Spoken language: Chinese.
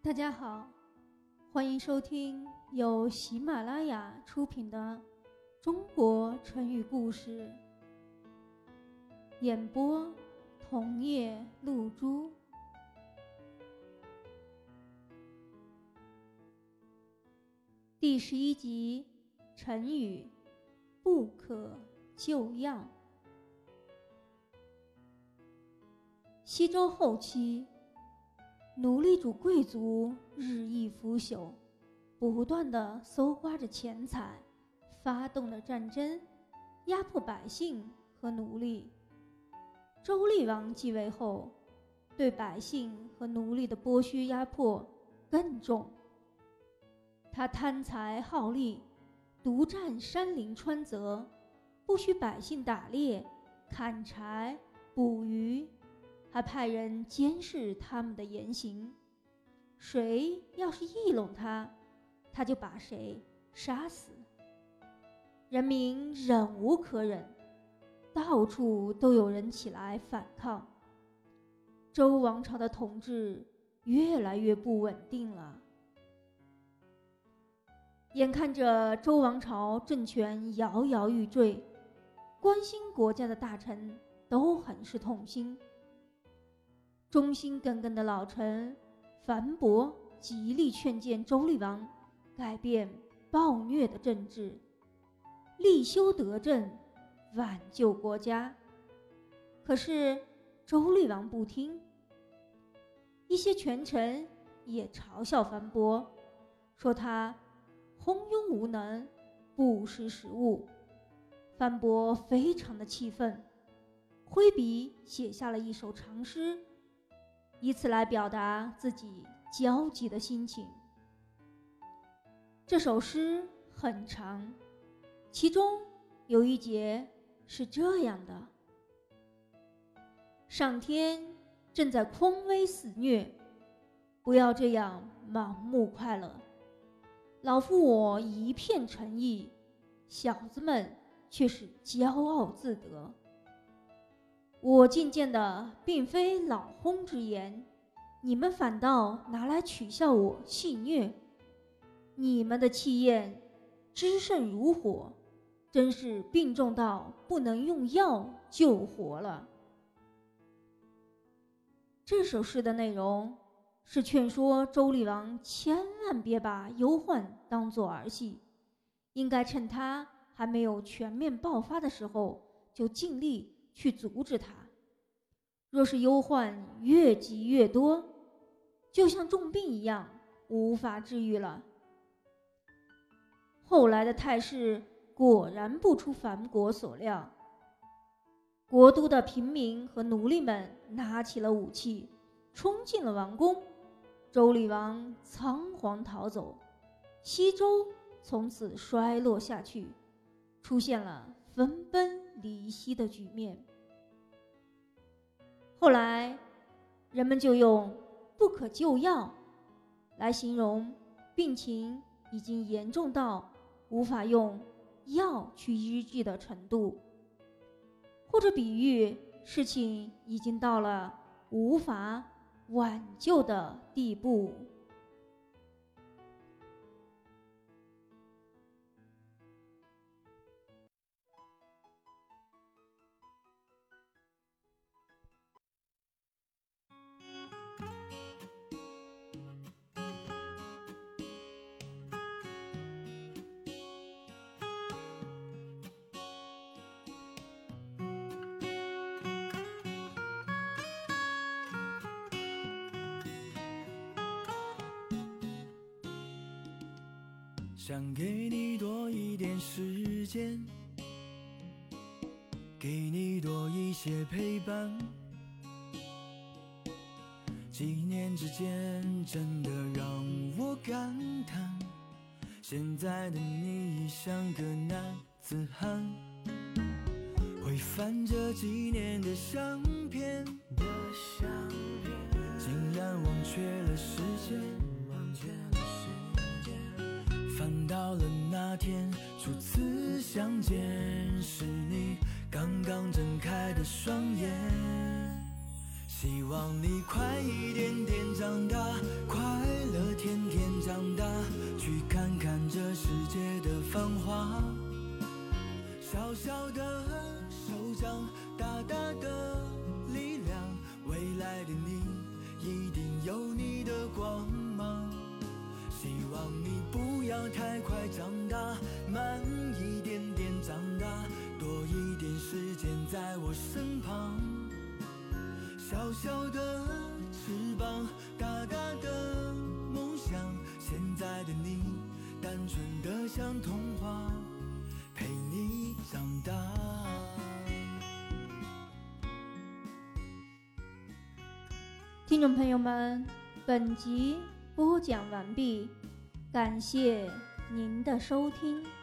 大家好，欢迎收听由喜马拉雅出品的中国成语故事，演播桐叶露珠。第11集，成语不可救药。西周后期，奴隶主贵族日益腐朽，不断地搜刮着钱财，发动了战争，压迫百姓和奴隶。周厉王继位后，对百姓和奴隶的剥削压迫更重。他贪财好利，独占山林川泽，不许百姓打猎、砍柴、捕鱼，还派人监视他们的言行。谁要是议论他，他就把谁杀死。人民忍无可忍，到处都有人起来反抗。周王朝的统治越来越不稳定了。眼看着周王朝政权摇摇欲坠，关心国家的大臣都很是痛心。忠心耿耿的老臣樊伯极力劝谏周厉王改变暴虐的政治，立修德政，挽救国家。可是周厉王不听，一些权臣也嘲笑樊伯，说他昏庸无能，不识时务。樊伯非常的气愤，挥笔写下了一首长诗，以此来表达自己焦急的心情。这首诗很长，其中有一节是这样的：上天正在匡威肆虐，不要这样盲目快乐。老夫我一片诚意，小子们却是骄傲自得。我进谏的并非老轰之言，你们反倒拿来取笑我戏谑。你们的气焰滋盛如火，真是病重到不能用药救活了。这首诗的内容是劝说周厉王千万别把忧患当作儿戏，应该趁他还没有全面爆发的时候，就尽力去阻止他。若是忧患越积越多，就像重病一样，无法治愈了。后来的态势果然不出樊国所料，国都的平民和奴隶们拿起了武器，冲进了王宫。周厉王仓皇逃走，西周从此衰落下去，出现了分崩离析的局面。后来人们就用不可救药来形容病情已经严重到无法用药去医治的程度，或者比喻事情已经到了无法挽救的地步。 想给你多一点时间，给你多一些陪伴，几年之间真的让我感叹，现在的你像个男子汉，会翻这几年的相片，竟然忘却了时间，翻到了那天初次相见，是你刚刚睁开的双眼， 希望你快一点点长大，快乐天天长大，去看看这世界的繁华。小小的手掌，大大的力量，未来的你一定有你的光芒。希望你不要太快长大，慢一点点长大，多一点时间在我身旁。小小的翅膀，大大的梦想，现在的你单纯的像童话，陪你长大。 听众朋友们，本集播讲完毕，感谢您的收听。